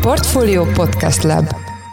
Portfolio Podcast Lab.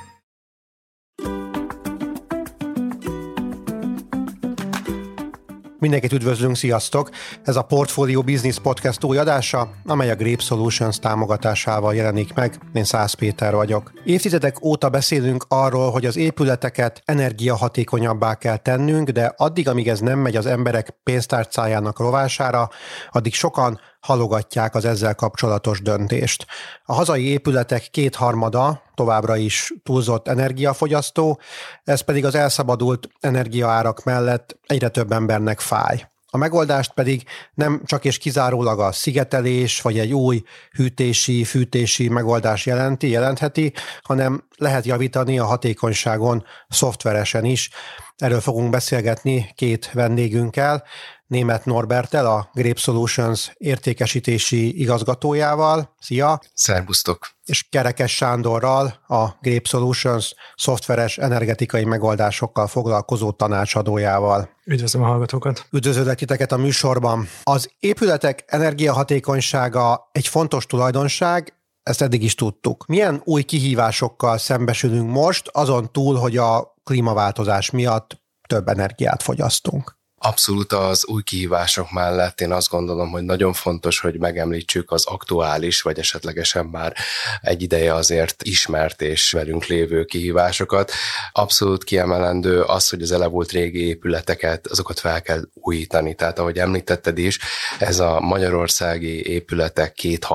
Mindenkit üdvözlünk, sziasztok! Ez a Portfolio Business Podcast új adása, amely a Grape Solutions támogatásával jelenik meg. Én Szász Péter vagyok. Évtizedek óta beszélünk arról, hogy az épületeket energiahatékonyabbá kell tennünk, de addig, amíg ez nem megy az emberek pénztárcájának rovására, addig sokan halogatják az ezzel kapcsolatos döntést. A hazai épületek 2/3 továbbra is túlzott energiafogyasztó, ez pedig az elszabadult energiaárak mellett egyre több embernek fáj. A megoldást pedig nem csak és kizárólag a szigetelés vagy egy új hűtési, fűtési megoldás jelentheti, hanem lehet javítani a hatékonyságon szoftveresen is. Erről fogunk beszélgetni két vendégünkkel, Németh Norberttel, a Grape Solutions értékesítési igazgatójával. Szia! Szerbusztok! És Kerekes Sándorral, a Grape Solutions szoftveres energetikai megoldásokkal foglalkozó tanácsadójával. Üdvözlöm a hallgatókat! Üdvözöllek titeket a műsorban. Az épületek energiahatékonysága egy fontos tulajdonság, ezt eddig is tudtuk. Milyen új kihívásokkal szembesülünk most, azon túl, hogy a klímaváltozás miatt több energiát fogyasztunk? Abszolút az új kihívások mellett én azt gondolom, hogy nagyon fontos, hogy megemlítsük az aktuális, vagy esetlegesen már egy ideje azért ismert és velünk lévő kihívásokat. Abszolút kiemelendő az, hogy az elavult régi épületeket, azokat fel kell újítani. Tehát ahogy említetted is, ez a magyarországi épületek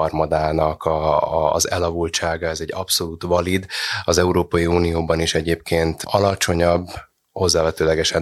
2/3 az elavultsága, ez egy abszolút valid. Az Európai Unióban is egyébként alacsonyabb, hozzávetőlegesen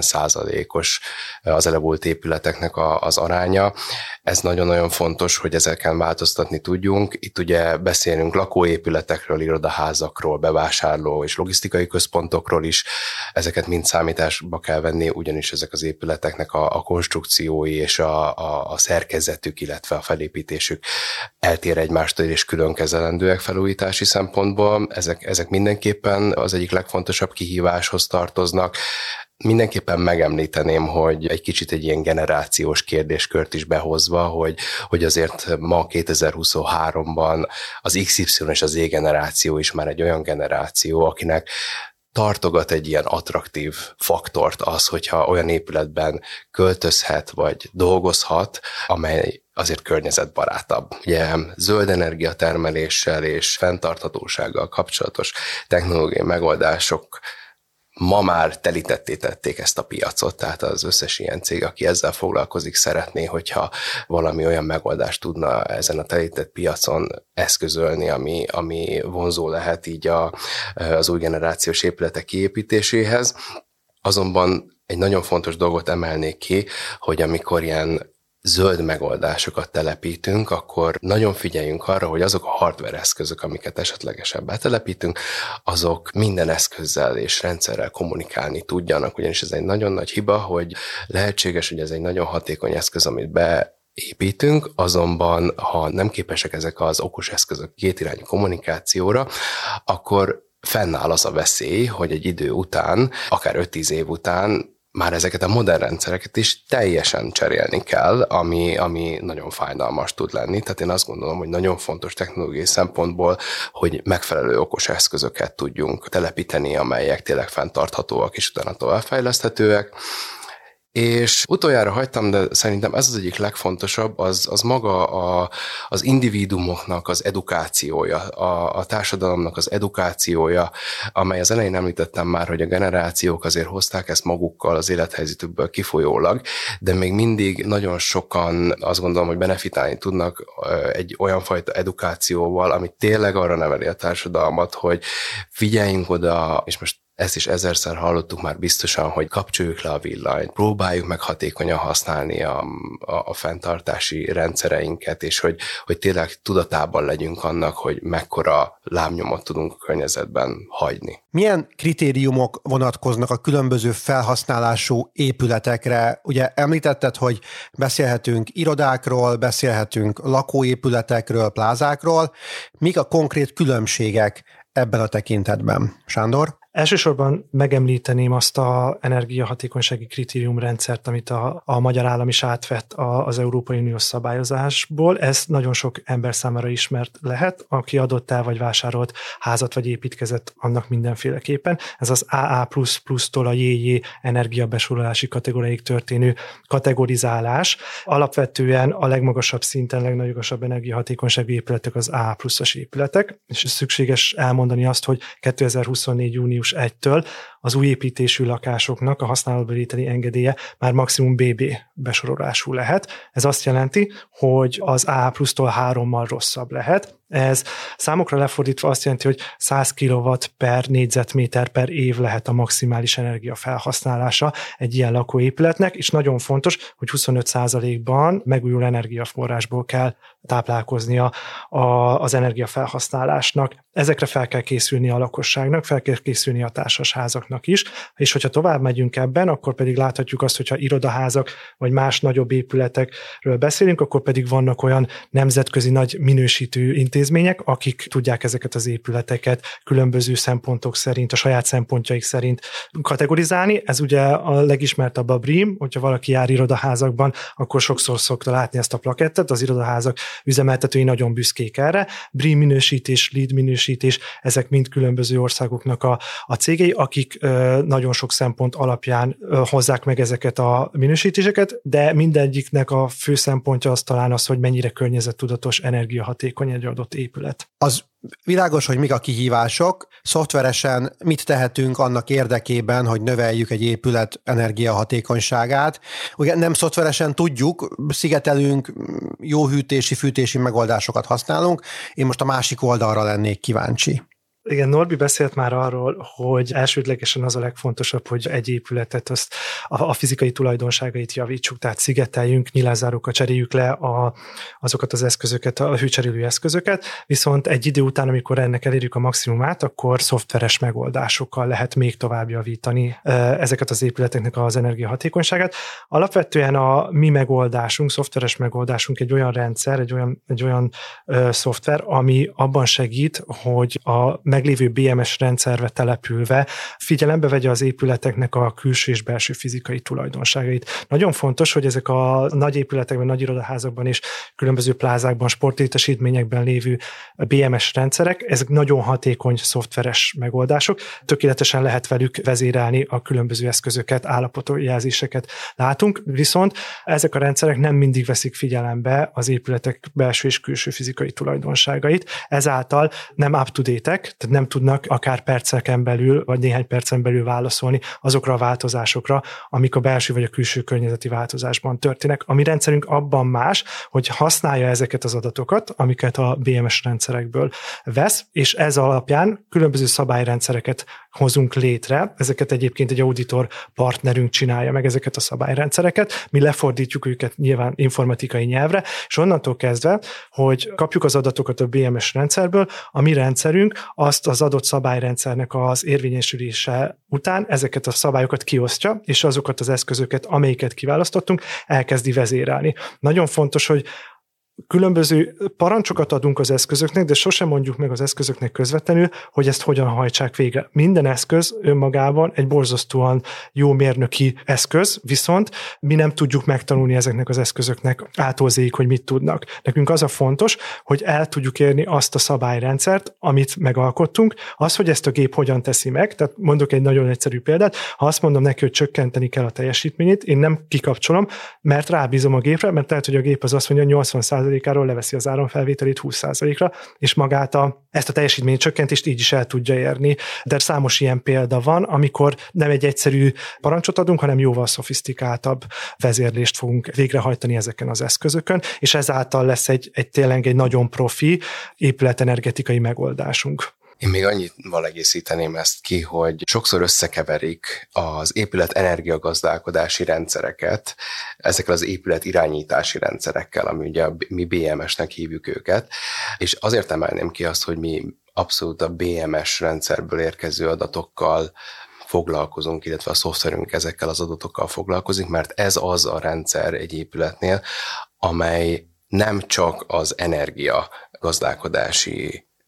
40%-os az elavult épületeknek az aránya. Ez nagyon-nagyon fontos, hogy ezeken változtatni tudjunk. Itt ugye beszélünk lakóépületekről, irodaházakról, bevásárló és logisztikai központokról is. Ezeket mind számításba kell venni, ugyanis ezek az épületeknek a konstrukciói és a szerkezetük, illetve a felépítésük eltér egymástól és külön kezelendőek felújítási szempontból. Ezek mindenképpen az egyik legfontosabb kihíváshoz tartoznak. Mindenképpen megemlíteném, hogy egy kicsit egy ilyen generációs kérdéskört is behozva, hogy azért ma 2023-ban az XY és az Z generáció is már egy olyan generáció, akinek tartogat egy ilyen attraktív faktort az, hogyha olyan épületben költözhet vagy dolgozhat, amely azért környezetbarátabb. Ugye zöld energiatermeléssel és fenntarthatósággal kapcsolatos technológiai megoldások ma már telítetté tették ezt a piacot, tehát az összes ilyen cég, aki ezzel foglalkozik, szeretné, hogyha valami olyan megoldást tudna ezen a telített piacon eszközölni, ami vonzó lehet így az új generációs épületek kiépítéséhez. Azonban egy nagyon fontos dolgot emelnék ki, hogy amikor ilyen zöld megoldásokat telepítünk, akkor nagyon figyeljünk arra, hogy azok a hardware eszközök, amiket esetlegesen betelepítünk, azok minden eszközzel és rendszerrel kommunikálni tudjanak, ugyanis ez egy nagyon nagy hiba, hogy lehetséges, hogy ez egy nagyon hatékony eszköz, amit beépítünk, azonban ha nem képesek ezek az okos eszközök kétirányú kommunikációra, akkor fennáll az a veszély, hogy egy idő után, akár 5-10 év után már ezeket a modern rendszereket is teljesen cserélni kell, ami nagyon fájdalmas tud lenni. Tehát én azt gondolom, hogy nagyon fontos technológiai szempontból, hogy megfelelő okos eszközöket tudjunk telepíteni, amelyek tényleg fenntarthatóak és utána továbbfejleszthetőek. És utoljára hagytam, de szerintem ez az egyik legfontosabb, az maga az individuumoknak az edukációja, a társadalomnak az edukációja, amely az elején említettem már, hogy a generációk azért hozták ezt magukkal az élethelyzetükből kifolyólag, de még mindig nagyon sokan azt gondolom, hogy benefitálni tudnak egy olyan fajta edukációval, ami tényleg arra neveli a társadalmat, hogy figyeljünk oda, és most ezt is 1000-szer hallottuk már biztosan, hogy kapcsoljuk le a villanyt, próbáljuk meg hatékonyan használni a fenntartási rendszereinket, és hogy tényleg tudatában legyünk annak, hogy mekkora lábnyomot tudunk a környezetben hagyni. Milyen kritériumok vonatkoznak a különböző felhasználású épületekre? Ugye említetted, hogy beszélhetünk irodákról, beszélhetünk lakóépületekről, plázákról. Mik a konkrét különbségek ebben a tekintetben? Sándor? Elsősorban megemlíteném azt az energiahatékonysági kritériumrendszert, amit a magyar állam is átvett az Európai Uniós szabályozásból. Ez nagyon sok ember számára ismert lehet, aki adott el vagy vásárolt házat vagy építkezett annak mindenféleképpen. Ez az AA++-tól a JJ energiabesorolási kategóriáig történő kategorizálás. Alapvetően a legmagasabb szinten, legnagyobb energiahatékonyságú épületek az AA+-as épületek, és szükséges elmondani azt, hogy 2024. június 1-től az új építésű lakásoknak a használatba vételi engedélye már maximum BB besorolású lehet. Ez azt jelenti, hogy az AA+-tól 3-mal rosszabb lehet. Ez számokra lefordítva azt jelenti, hogy 100 kW per négyzetméter per év lehet a maximális energia felhasználása egy ilyen lakóépületnek, és nagyon fontos, hogy 25%-ban megújuló energiaforrásból kell táplálkoznia az energiafelhasználásnak. Ezekre fel kell készülni a lakosságnak, fel kell készülni a társasházaknak is, és hogyha tovább megyünk ebben, akkor pedig láthatjuk azt, hogyha irodaházak vagy más nagyobb épületekről beszélünk, akkor pedig vannak olyan nemzetközi nagy minősítő intézmények, akik tudják ezeket az épületeket különböző szempontok szerint, a saját szempontjaik szerint kategorizálni. Ez ugye a legismertebb a BREEAM, hogyha valaki jár irodaházakban, akkor sokszor szokta látni ezt a plakettet, az irodaházak üzemeltetői nagyon büszkék erre. BREEAM minősítés, LEED minősítés, ezek mind különböző országoknak a cégei, akik nagyon sok szempont alapján hozzák meg ezeket a minősítéseket, de mindegyiknek a fő szempontja az talán az, hogy mennyire környezettudatos, energiahatékony egy adott épület. Az világos, hogy mik a kihívások. Szoftveresen mit tehetünk annak érdekében, hogy növeljük egy épület energiahatékonyságát? Ugye nem szoftveresen tudjuk, szigetelünk, jó hűtési, fűtési megoldásokat használunk. Én most a másik oldalra lennék kíváncsi. Igen, Norbi beszélt már arról, hogy elsődlegesen az a legfontosabb, hogy egy épületet azt a fizikai tulajdonságait javítsuk, tehát szigeteljünk, nyilázárókat cseréljük le azokat az eszközöket, a hőcserélő eszközöket, viszont egy idő után, amikor ennek elérjük a maximumát, akkor szoftveres megoldásokkal lehet még tovább javítani ezeket az épületeknek az energiahatékonyságát. Alapvetően a mi megoldásunk, szoftveres megoldásunk egy olyan rendszer, egy olyan szoftver, ami abban segít, hogy a meglévő BMS rendszerre települve figyelembe vegye az épületeknek a külső és belső fizikai tulajdonságait. Nagyon fontos, hogy ezek a nagy épületekben, nagy irodaházakban és különböző plázákban, sportlétesítményekben lévő BMS rendszerek, ezek nagyon hatékony szoftveres megoldások. Tökéletesen lehet velük vezérelni a különböző eszközöket, állapotjelzéseket látunk, viszont ezek a rendszerek nem mindig veszik figyelembe az épületek belső és külső fizikai tulajdonságait, ezáltal nem up-to-date-ek, tehát nem tudnak akár perceken belül, vagy néhány percen belül válaszolni azokra a változásokra, amik a belső vagy a külső környezeti változásban történnek. A mi rendszerünk abban más, hogy használja ezeket az adatokat, amiket a BMS rendszerekből vesz, és ez alapján különböző szabályrendszereket hozunk létre. Ezeket egyébként egy auditor partnerünk csinálja meg, ezeket a szabályrendszereket. Mi lefordítjuk őket nyilván informatikai nyelvre, és onnantól kezdve, hogy kapjuk az adatokat a BMS rendszerből, a mi rendszerünk azt az adott szabályrendszernek az érvényesülése után ezeket a szabályokat kiosztja, és azokat az eszközöket, amelyiket kiválasztottunk, elkezdi vezérelni. Nagyon fontos, hogy különböző parancsokat adunk az eszközöknek, de sosem mondjuk meg az eszközöknek közvetlenül, hogy ezt hogyan hajtsák végre. Minden eszköz önmagában egy borzasztóan jó mérnöki eszköz, viszont mi nem tudjuk megtanulni ezeknek az eszközöknek ától zéig, hogy mit tudnak. Nekünk az a fontos, hogy el tudjuk érni azt a szabályrendszert, amit megalkottunk, az, hogy ezt a gép hogyan teszi meg, tehát mondok egy nagyon egyszerű példát, ha azt mondom neki, hogy csökkenteni kell a teljesítményét, én nem kikapcsolom, mert rábízom a gépre, mert lehet, hogy a gép az azt mondja, 80%-áról leveszi az áramfelvételét 20%-ra, és magát ezt a teljesítménycsökkentést így is el tudja érni. De számos ilyen példa van, amikor nem egy egyszerű parancsot adunk, hanem jóval szofisztikáltabb vezérlést fogunk végrehajtani ezeken az eszközökön, és ezáltal lesz tényleg egy nagyon profi épületenergetikai megoldásunk. Én még annyival egészíteném ezt ki, hogy sokszor összekeverik az épület energiagazdálkodási rendszereket ezekkel az épület irányítási rendszerekkel, ami ugye mi BMS-nek hívjuk őket, és azért emelném ki azt, hogy mi abszolút a BMS rendszerből érkező adatokkal foglalkozunk, illetve a szoftverünk ezekkel az adatokkal foglalkozik, mert ez az a rendszer egy épületnél, amely nem csak az energia gazdálkodási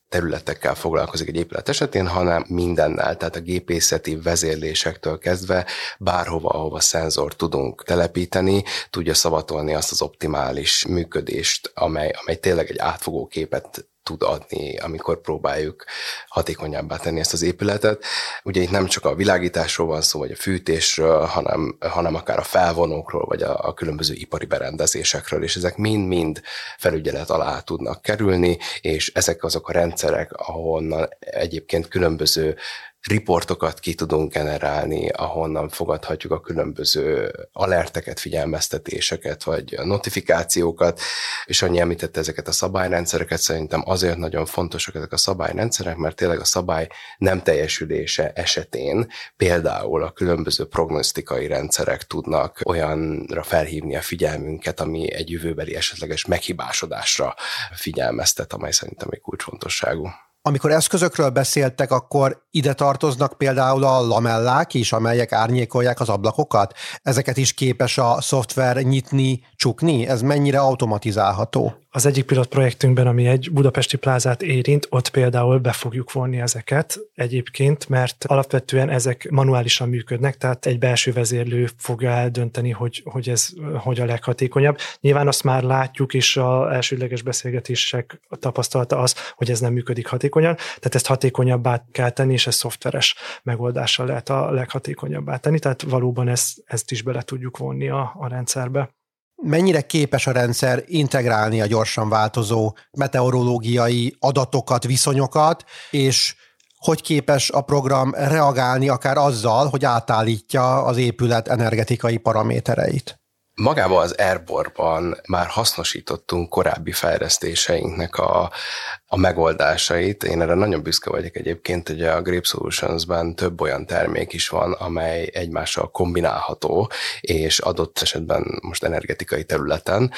területekkel foglalkozik egy épület esetén, hanem mindennel, tehát a gépészeti vezérlésektől kezdve bárhova, ahova szenzort tudunk telepíteni, tudja szavatolni azt az optimális működést, amely tényleg egy átfogó képet tud adni, amikor próbáljuk hatékonyabbá tenni ezt az épületet. Ugye itt nem csak a világításról van szó, vagy a fűtésről, hanem akár a felvonókról, vagy a különböző ipari berendezésekről, és ezek mind-mind felügyelet alá tudnak kerülni, és ezek azok a rendszerek, ahonnan egyébként különböző riportokat ki tudunk generálni, ahonnan fogadhatjuk a különböző alerteket, figyelmeztetéseket, vagy notifikációkat, és annyi említette ezeket a szabályrendszereket, szerintem azért nagyon fontosak ezek a szabályrendszerek, mert tényleg a szabály nem teljesülése esetén például a különböző prognosztikai rendszerek tudnak olyanra felhívni a figyelmünket, ami egy jövőbeli esetleges meghibásodásra figyelmeztet, amely szerintem egy kulcsfontosságú. Amikor eszközökről beszéltek, akkor ide tartoznak például a lamellák is, amelyek árnyékolják az ablakokat? Ezeket is képes a szoftver nyitni, csukni? Ez mennyire automatizálható? Az egyik pilot projektünkben, ami egy budapesti plázát érint, ott például be fogjuk vonni ezeket egyébként, mert alapvetően ezek manuálisan működnek, tehát egy belső vezérlő fogja eldönteni, hogy ez hogy a leghatékonyabb. Nyilván azt már látjuk, és az elsődleges beszélgetések tapasztalata az, hogy ez nem működik hatékonyan, tehát ezt hatékonyabbá kell tenni, és ez szoftveres megoldással lehet a leghatékonyabbá tenni, tehát valóban ezt is bele tudjuk vonni a rendszerbe. Mennyire képes a rendszer integrálni a gyorsan változó meteorológiai adatokat, viszonyokat, és hogy képes a program reagálni akár azzal, hogy átállítja az épület energetikai paramétereit? Magában az Airborne-ban már hasznosítottunk korábbi fejlesztéseinknek a megoldásait. Én erre nagyon büszke vagyok egyébként, hogy a Grape Solutions-ben több olyan termék is van, amely egymással kombinálható, és adott esetben most energetikai területen,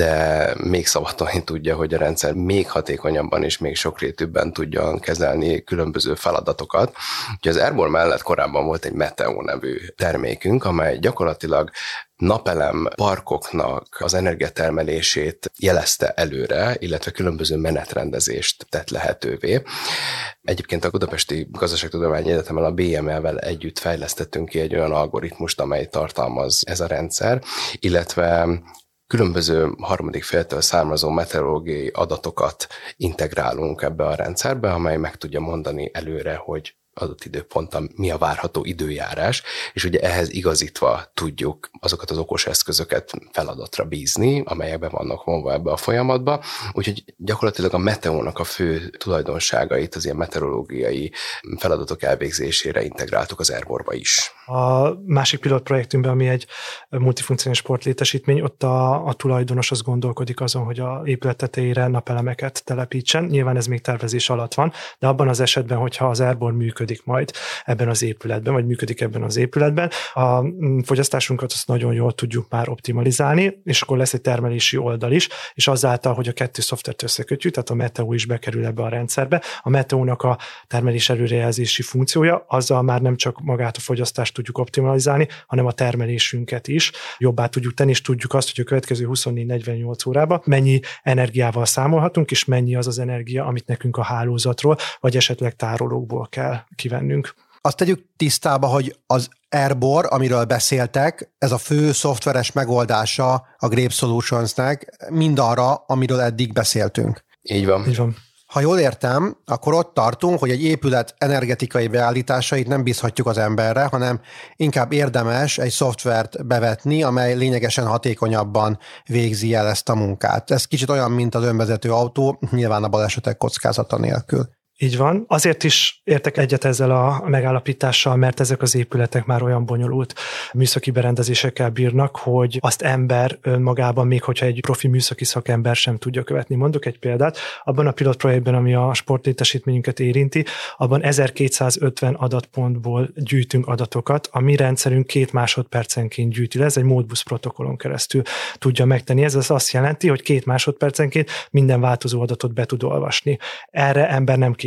de még szavatolni tudja, hogy a rendszer még hatékonyabban és még sokrétűbben tudjon kezelni különböző feladatokat. Úgyhogy az Airborne mellett korábban volt egy Meteo nevű termékünk, amely gyakorlatilag napelem parkoknak az energiatermelését jelezte előre, illetve különböző menetrendezést tett lehetővé. Egyébként a Budapesti Gazdaságtudományi Egyetemen a BME-vel együtt fejlesztettünk ki egy olyan algoritmust, amely tartalmaz ez a rendszer, illetve különböző harmadik féltől származó meteorológiai adatokat integrálunk ebbe a rendszerbe, amely meg tudja mondani előre, hogy adott időpontban mi a várható időjárás, és ugye ehhez igazítva tudjuk azokat az okos eszközöket feladatra bízni, amelyek be vannak vonva ebbe a folyamatba. Úgyhogy gyakorlatilag a Meteónak a fő tulajdonságait az ilyen meteorológiai feladatok elvégzésére integráltuk az Airborne-ba is. A másik pilot projektünkben, ami egy multifunkcionális sportlétesítmény, ott a tulajdonos az gondolkodik azon, hogy a épület tetejére napelemeket telepítsen. Nyilván ez még tervezés alatt van, de abban az esetben, hogyha az Airborne működik majd ebben az épületben, vagy működik ebben az épületben, a fogyasztásunkat azt nagyon jól tudjuk már optimalizálni, és akkor lesz egy termelési oldal is, és azáltal, hogy a kettő szoftvert összekötjük, tehát a Meteo is bekerül ebbe a rendszerbe. A Meteónak a termelés előrejelzési funkciója, azzal már nem csak magát a fogyasztást tudjuk optimalizálni, hanem a termelésünket is jobbá tudjuk tenni, és tudjuk azt, hogy a következő 24-48 órában mennyi energiával számolhatunk, és mennyi az az energia, amit nekünk a hálózatról, vagy esetleg tárolókból kell kivennünk. Azt tegyük tisztába, hogy az Airborne, amiről beszéltek, ez a fő szoftveres megoldása a Grape Solutionsnek mindarra, amiről eddig beszéltünk. Így van. Így van. Ha jól értem, akkor ott tartunk, hogy egy épület energetikai beállításait nem bízhatjuk az emberre, hanem inkább érdemes egy szoftvert bevetni, amely lényegesen hatékonyabban végzi el ezt a munkát. Ez kicsit olyan, mint az önvezető autó, nyilván a balesetek kockázata nélkül. Így van. Azért is értek egyet ezzel a megállapítással, mert ezek az épületek már olyan bonyolult műszaki berendezésekkel bírnak, hogy azt ember önmagában, még hogyha egy profi műszaki szakember sem tudja követni. Mondok egy példát. Abban a pilot projektben, ami a sportlétesítményünket érinti, abban 1250 adatpontból gyűjtünk adatokat. A mi rendszerünk 2 másodpercenként gyűjti le, ez egy Modbus protokollon keresztül tudja megtenni. Ez azt jelenti, hogy 2 másodpercenként minden változó adatot be tud olvasni. Erre ember nem képes.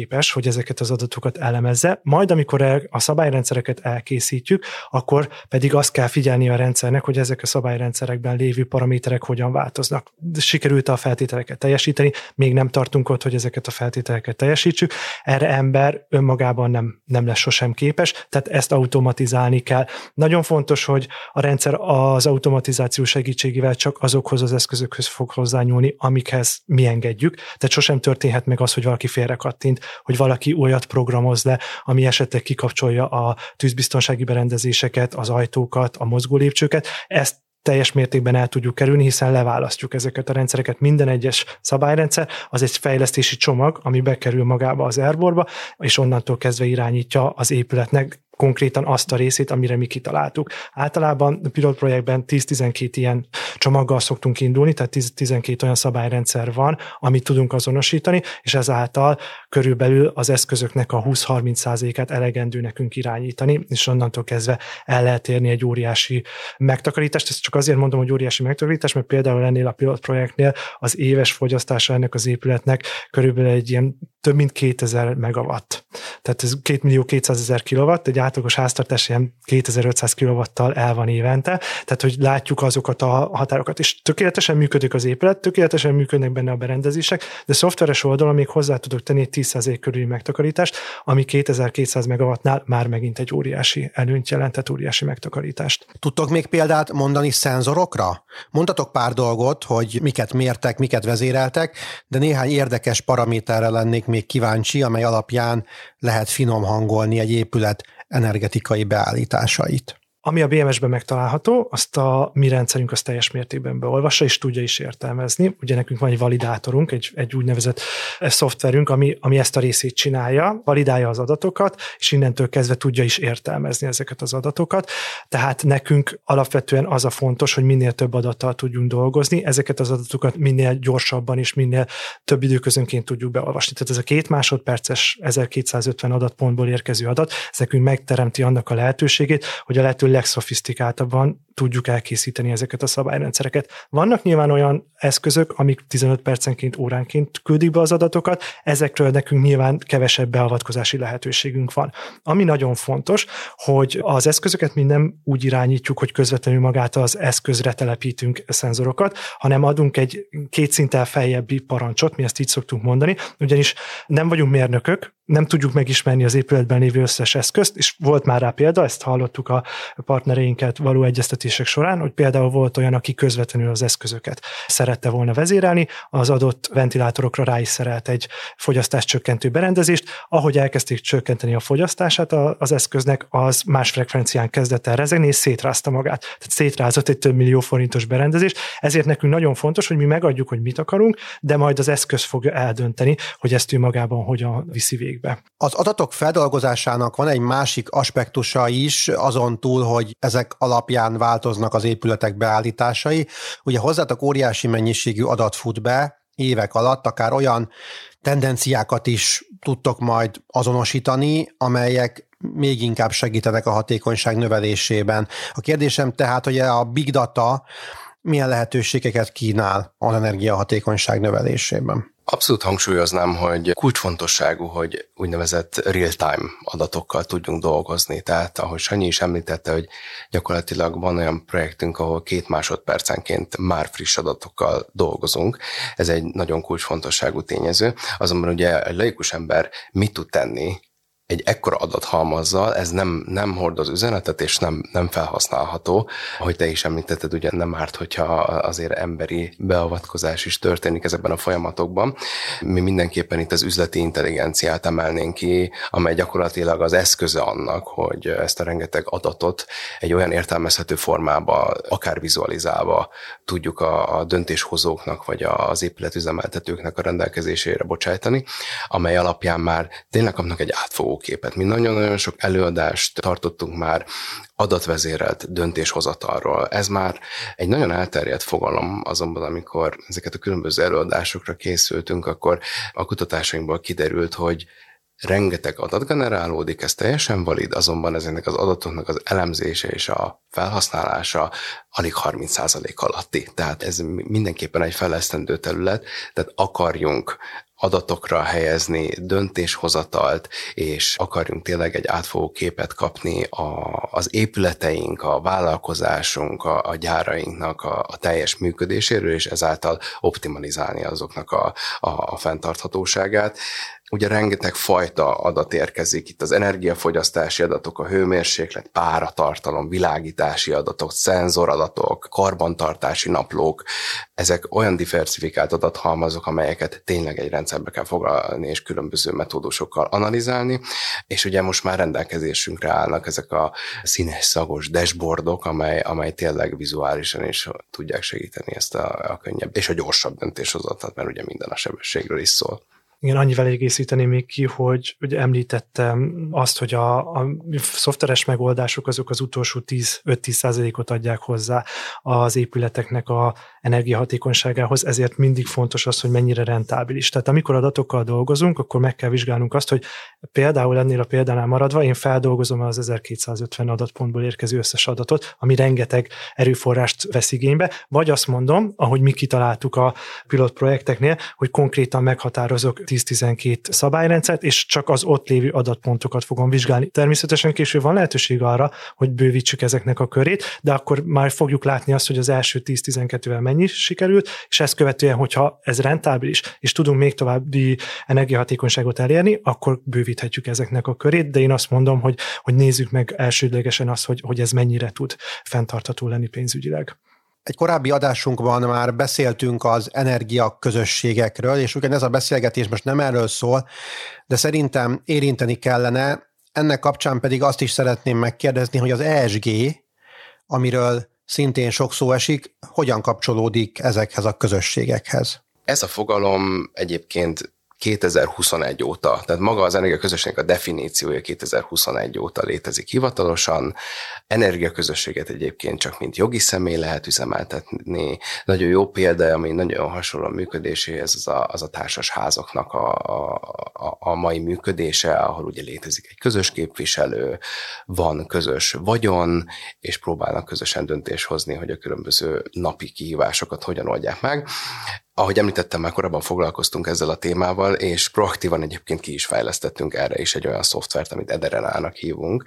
képes, hogy ezeket az adatokat elemezze, majd amikor a szabályrendszereket elkészítjük, akkor pedig azt kell figyelni a rendszernek, hogy ezek a szabályrendszerekben lévő paraméterek hogyan változnak. Sikerült a feltételeket teljesíteni, még nem tartunk ott, hogy ezeket a feltételeket teljesítsük. Erre ember önmagában nem lesz sosem képes, tehát ezt automatizálni kell. Nagyon fontos, hogy a rendszer az automatizáció segítségével csak azokhoz az eszközökhöz fog hozzányúlni, amikhez mi engedjük. Tehát sosem történhet meg az, hogy valaki félrekattint, hogy valaki olyat programoz le, ami esetleg kikapcsolja a tűzbiztonsági berendezéseket, az ajtókat, a mozgó lépcsőket. Ezt teljes mértékben el tudjuk kerülni, hiszen leválasztjuk ezeket a rendszereket. Minden egyes szabályrendszer az egy fejlesztési csomag, ami bekerül magába az airborne-ba, és onnantól kezdve irányítja az épületnek konkrétan azt a részét, amire mi kitaláltuk. Általában a pilot projektben 10-12 ilyen csomaggal szoktunk indulni, tehát 10-12 olyan szabályrendszer van, amit tudunk azonosítani, és ezáltal körülbelül az eszközöknek a 20-30%-át elegendő nekünk irányítani, és onnantól kezdve el lehet érni egy óriási megtakarítást. Ezt csak azért mondom, hogy óriási megtakarítás, mert például ennél a pilot projektnél az éves fogyasztása ennek az épületnek körülbelül egy ilyen több mint 2000 megawatt. Tehát ez 2.200.000 kilowatt, egy átlagos háztartás ilyen 2500 kilowattal el van évente, tehát hogy látjuk azokat a határokat, és tökéletesen működik az épület, tökéletesen működnek benne a berendezések, de szoftveres oldalon még hozzá tudok tenni egy 10% körüli megtakarítást, ami 2200 megawattnál már megint egy óriási előnyt jelentett, óriási megtakarítást. Tudtok még példát mondani szenzorokra? Mondtatok pár dolgot, hogy miket mértek, miket vezéreltek, de néhány érdekes paraméterre lennék még kíváncsi, amely alapján lehet finom hangolni egy épület energetikai beállításait. Ami a BMS-ben megtalálható, azt a mi rendszerünk azt teljes mértékben beolvassa, és tudja is értelmezni. Ugye nekünk van egy validátorunk, egy úgynevezett szoftverünk, ami ezt a részét csinálja, validálja az adatokat, és innentől kezdve tudja is értelmezni ezeket az adatokat. Tehát nekünk alapvetően az a fontos, hogy minél több adattal tudjunk dolgozni, ezeket az adatokat minél gyorsabban és minél több időközönként tudjuk beolvasni. Tehát ez a 2 másodperces 1250 adatpontból érkező adat, ez nekünk megteremti annak a lehetőségét, hogy a lehető legszofisztikáltabban tudjuk elkészíteni ezeket a szabályrendszereket. Vannak nyilván olyan eszközök, amik 15 percenként, óránként küldik be az adatokat, ezekről nekünk nyilván kevesebb beavatkozási lehetőségünk van. Ami nagyon fontos, hogy az eszközöket mi nem úgy irányítjuk, hogy közvetlenül magát az eszközre telepítünk szenzorokat, hanem adunk egy 2 szinttel feljebbi parancsot, mi ezt így szoktunk mondani, ugyanis nem vagyunk mérnökök, nem tudjuk megismerni az épületben lévő összes eszközt, és volt már rá példa, ezt hallottuk a partnereinket való egyeztetések során, hogy például volt olyan, aki közvetlenül az eszközöket szerette volna vezérelni, az adott ventilátorokra rá is szerelt egy fogyasztáscsökkentő berendezést, ahogy elkezdték csökkenteni a fogyasztását az eszköznek, az más frekvencián kezdett el rezegni, és szétrázta magát. Tehát szétrázott egy több millió forintos berendezést, ezért nekünk nagyon fontos, hogy mi megadjuk, hogy mit akarunk, de majd az eszköz fogja eldönteni, hogy ezt ő magában hogyan viszi végbe. Az adatok feldolgozásának van egy másik aspektusa is, azon túl, hogy ezek alapján változnak az épületek beállításai. Ugye hozzátok óriási mennyiségű adat fut be évek alatt, akár olyan tendenciákat is tudtok majd azonosítani, amelyek még inkább segítenek a hatékonyság növelésében. A kérdésem tehát, hogy a big data milyen lehetőségeket kínál az energiahatékonyság növelésében? Abszolút hangsúlyoznám, hogy kulcsfontosságú, hogy úgynevezett real-time adatokkal tudjunk dolgozni. Tehát, ahogy Sanyi is említette, hogy gyakorlatilag van olyan projektünk, ahol 2 másodpercenként már friss adatokkal dolgozunk. Ez egy nagyon kulcsfontosságú tényező. Azonban ugye egy laikus ember mit tud tenni egy ekkora adathalmazzal, ez nem hordoz üzenetet, és nem felhasználható. Ahogy te is említetted, ugye nem árt, hogyha azért emberi beavatkozás is történik ezekben a folyamatokban. Mi mindenképpen itt az üzleti intelligenciát emelnénk ki, amely gyakorlatilag az eszköze annak, hogy ezt a rengeteg adatot egy olyan értelmezhető formába, akár vizualizálva tudjuk a döntéshozóknak, vagy az épületüzemeltetőknek a rendelkezésére bocsájtani, amely alapján már tényleg kapnak egy átfogó képet. Mi nagyon-nagyon sok előadást tartottunk már adatvezérelt döntéshozatalról. Ez már egy nagyon elterjedt fogalom, azonban amikor ezeket a különböző előadásokra készültünk, akkor a kutatásainkból kiderült, hogy rengeteg adat generálódik, ez teljesen valid, azonban ezeknek az adatoknak az elemzése és a felhasználása alig 30% alatti. Tehát ez mindenképpen egy fejlesztendő terület, tehát akarjunk adatokra helyezni döntéshozatalt, és akarjunk tényleg egy átfogó képet kapni az épületeink, a vállalkozásunk, a gyárainknak a teljes működéséről, és ezáltal optimalizálni azoknak a fenntarthatóságát. Ugye rengeteg fajta adat érkezik, itt az energiafogyasztási adatok, a hőmérséklet, páratartalom, világítási adatok, szenzoradatok, karbantartási naplók, ezek olyan diversifikált adathalmazok, amelyeket tényleg egy rendszerbe kell foglalni és különböző metódusokkal analizálni, és ugye most már rendelkezésünkre állnak ezek a színes, szagos dashboardok, amely tényleg vizuálisan is tudják segíteni ezt a könnyebb és a gyorsabb döntéshozatat, mert ugye minden a sebességről is szól. Igen, annyivel egészíteném még ki, hogy ugye említettem azt, hogy a szoftveres megoldások azok az utolsó 5-10%-ot adják hozzá az épületeknek a energiahatékonyságához, ezért mindig fontos az, hogy mennyire rentábilis. Tehát amikor adatokkal dolgozunk, akkor meg kell vizsgálnunk azt, hogy például ennél a példánál maradva én feldolgozom az 1250 adatpontból érkező összes adatot, ami rengeteg erőforrást vesz igénybe, vagy azt mondom, ahogy mi kitaláltuk a pilot projekteknél, hogy konkrétan meghatározok 10-12 szabályrendszert, és csak az ott lévő adatpontokat fogom vizsgálni. Természetesen később van lehetőség arra, hogy bővítsük ezeknek a körét, de akkor már fogjuk látni azt, hogy az első 10-12-vel mennyi sikerült, és ezt követően, hogyha ez rentábilis, és tudunk még további energiahatékonyságot elérni, akkor bővíthetjük ezeknek a körét, de én azt mondom, hogy nézzük meg elsődlegesen azt, hogy ez mennyire tud fenntartható lenni pénzügyileg. Egy korábbi adásunkban már beszéltünk az energiaközösségekről, és ugyan ez a beszélgetés most nem erről szól, de szerintem érinteni kellene. Ennek kapcsán pedig azt is szeretném megkérdezni, hogy az ESG, amiről szintén sok szó esik, hogyan kapcsolódik ezekhez a közösségekhez? Ez a fogalom egyébként 2021 óta, tehát maga az energiaközösségnek a definíciója 2021 óta létezik hivatalosan. Energiaközösséget egyébként csak mint jogi személy lehet üzemeltetni. Nagyon jó példa, ami nagyon hasonló a működéséhez, az a társasházaknak a mai működése, ahol ugye létezik egy közös képviselő, van közös vagyon, és próbálnak közösen döntést hozni, hogy a különböző napi kihívásokat hogyan oldják meg. Ahogy említettem, már korábban foglalkoztunk ezzel a témával, és proaktívan egyébként ki is fejlesztettünk erre is egy olyan szoftvert, amit Ederenának hívunk,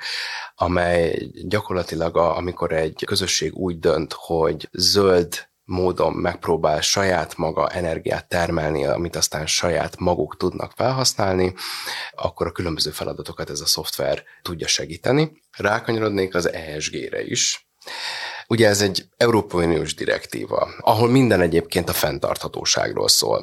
amely gyakorlatilag amikor egy közösség úgy dönt, hogy zöld módon megpróbál saját maga energiát termelni, amit aztán saját maguk tudnak felhasználni, akkor a különböző feladatokat ez a szoftver tudja segíteni. Rákanyarodnék az ESG-re is. Ugye ez egy Európai Uniós direktíva, ahol minden egyébként a fenntarthatóságról szól.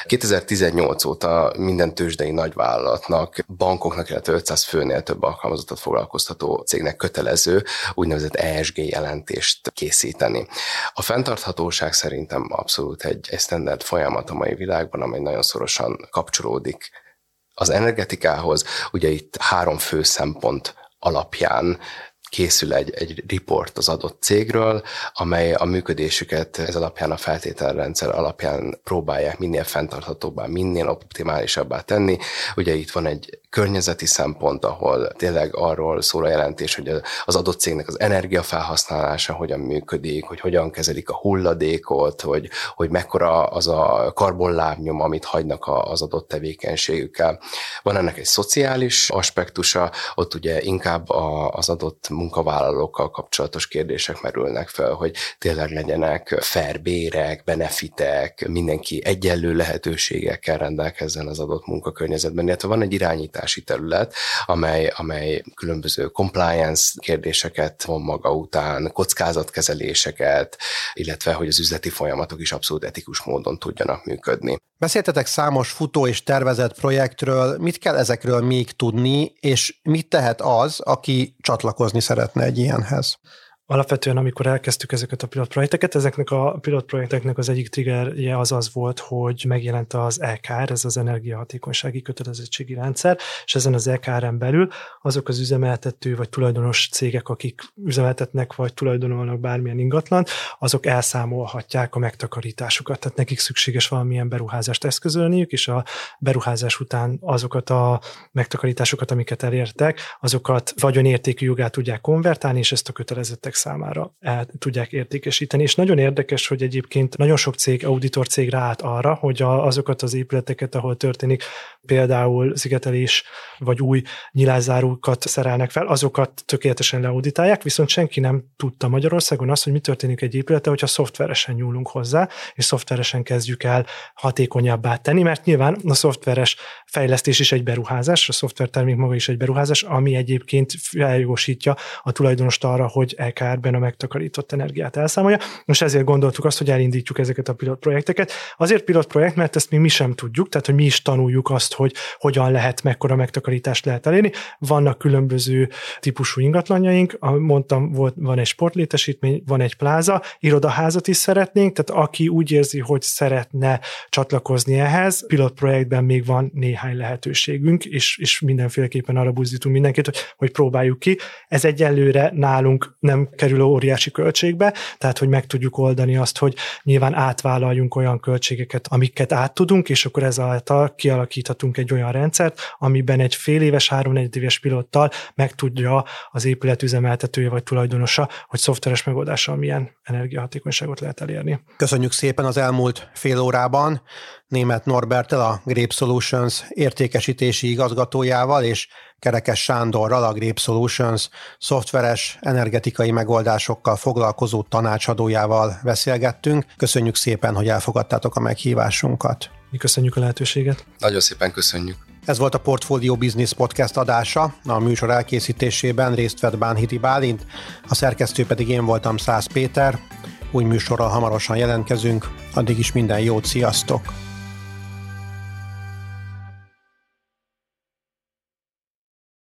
2018 óta minden tőzsdei nagyvállalatnak, bankoknak, illetve 500 főnél több alkalmazottat foglalkoztató cégnek kötelező úgynevezett ESG jelentést készíteni. A fenntarthatóság szerintem abszolút egy standard folyamat a mai világban, amely nagyon szorosan kapcsolódik az energetikához. Ugye itt 3 fő szempont alapján készül egy riport az adott cégről, amely a működésüket ez alapján, a feltételrendszer alapján próbálják minél fenntarthatóbbá, minél optimálisabbá tenni. Ugye itt van egy környezeti szempont, ahol tényleg arról szól a jelentés, hogy az adott cégnek az energiafelhasználása hogyan működik, hogy hogyan kezelik a hulladékot, hogy mekkora az a karbonlábnyom, amit hagynak az adott tevékenységükkel. Van ennek egy szociális aspektusa, ott ugye inkább az adott munkavállalókkal kapcsolatos kérdések merülnek fel, hogy tényleg legyenek fair bérek, benefitek, mindenki egyenlő lehetőségekkel rendelkezzen az adott munkakörnyezetben, illetve van egy irányítási terület, amely különböző compliance kérdéseket von maga után, kockázatkezeléseket, illetve hogy az üzleti folyamatok is abszolút etikus módon tudjanak működni. Beszéltetek számos futó és tervezett projektről, mit kell ezekről még tudni, és mit tehet az, aki csatlakozni szeretne egy ilyenhez? Alapvetően, amikor elkezdtük ezeket a pilotprojekteket, ezeknek a pilotprojekteknek az egyik triggerje az volt, hogy megjelent az EKR, ez az energiahatékonysági kötelezettségi rendszer, és ezen az EKR-en belül azok az üzemeltető vagy tulajdonos cégek, akik üzemeltetnek vagy tulajdonolnak bármilyen ingatlant, azok elszámolhatják a megtakarításukat. Tehát nekik szükséges valamilyen beruházást eszközölniük, és a beruházás után azokat a megtakarításokat, amiket elértek, azokat vagyonértékű jogá tudják konvertálni, és ezt a kötelezettek számára tudják értékesíteni. És nagyon érdekes, hogy egyébként nagyon sok cég, auditor cég ráállt arra, hogy azokat az épületeket, ahol történik például szigetelés, vagy új nyilászárókat szerelnek fel, azokat tökéletesen leauditálják, viszont senki nem tudta Magyarországon azt, hogy mi történik egy épülettel, hogyha szoftveresen nyúlunk hozzá, és szoftveresen kezdjük el hatékonyabbá tenni, mert nyilván a szoftveres fejlesztés is egy beruházás, a szoftvertermék maga is egy beruházás, ami egyébként feljogosítja a tulajdonost arra, hogy EKR-ben a megtakarított energiát elszámolja. Most ezért gondoltuk azt, hogy elindítjuk ezeket a pilotprojekteket. Azért pilotprojekt, mert ezt még mi sem tudjuk, tehát hogy mi is tanuljuk azt, hogy hogyan lehet, mekkora megtakarítást lehet elérni. Vannak különböző típusú ingatlanjaink, ahogy mondtam, van egy sportlétesítmény, van egy pláza, irodaházat is szeretnénk, tehát aki úgy érzi, hogy szeretne csatlakozni ehhez, pilotprojektben még van néhány lehetőségünk, és mindenféleképpen arra buzdítunk mindenkit, hogy próbáljuk ki. Ez egyelőre nálunk nem kerül óriási költségbe, tehát hogy meg tudjuk oldani azt, hogy nyilván átvállaljunk olyan költségeket, amiket át tudunk, és akkor ezáltal kialakíthatunk egy olyan rendszert, amiben egy fél éves, 3-4 éves pilottal meg tudja az épület üzemeltetője vagy tulajdonosa, hogy szoftveres megoldással milyen energiahatékonyságot lehet elérni. Köszönjük szépen az elmúlt fél órában Németh Norberttel, a Grape Solutions értékesítési igazgatójával, és Kerekes Sándorral, a Grape Solutions szoftveres energetikai megoldásokkal foglalkozó tanácsadójával beszélgettünk. Köszönjük szépen, hogy elfogadtátok a meghívásunkat. Mi köszönjük a lehetőséget. Nagyon szépen köszönjük. Ez volt a Portfolio Business Podcast adása. A műsor elkészítésében részt vett Bánhidi Bálint, a szerkesztő pedig én voltam, Szász Péter. Új műsorral hamarosan jelentkezünk, addig is minden jót, sziasztok!